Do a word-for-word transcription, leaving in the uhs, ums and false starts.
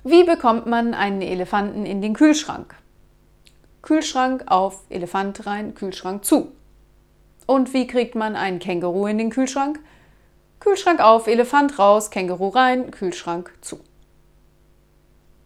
Wie bekommt man einen Elefanten in den Kühlschrank? Kühlschrank auf, Elefant rein, Kühlschrank zu. Und wie kriegt man einen Känguru in den Kühlschrank? Kühlschrank auf, Elefant raus, Känguru rein, Kühlschrank zu.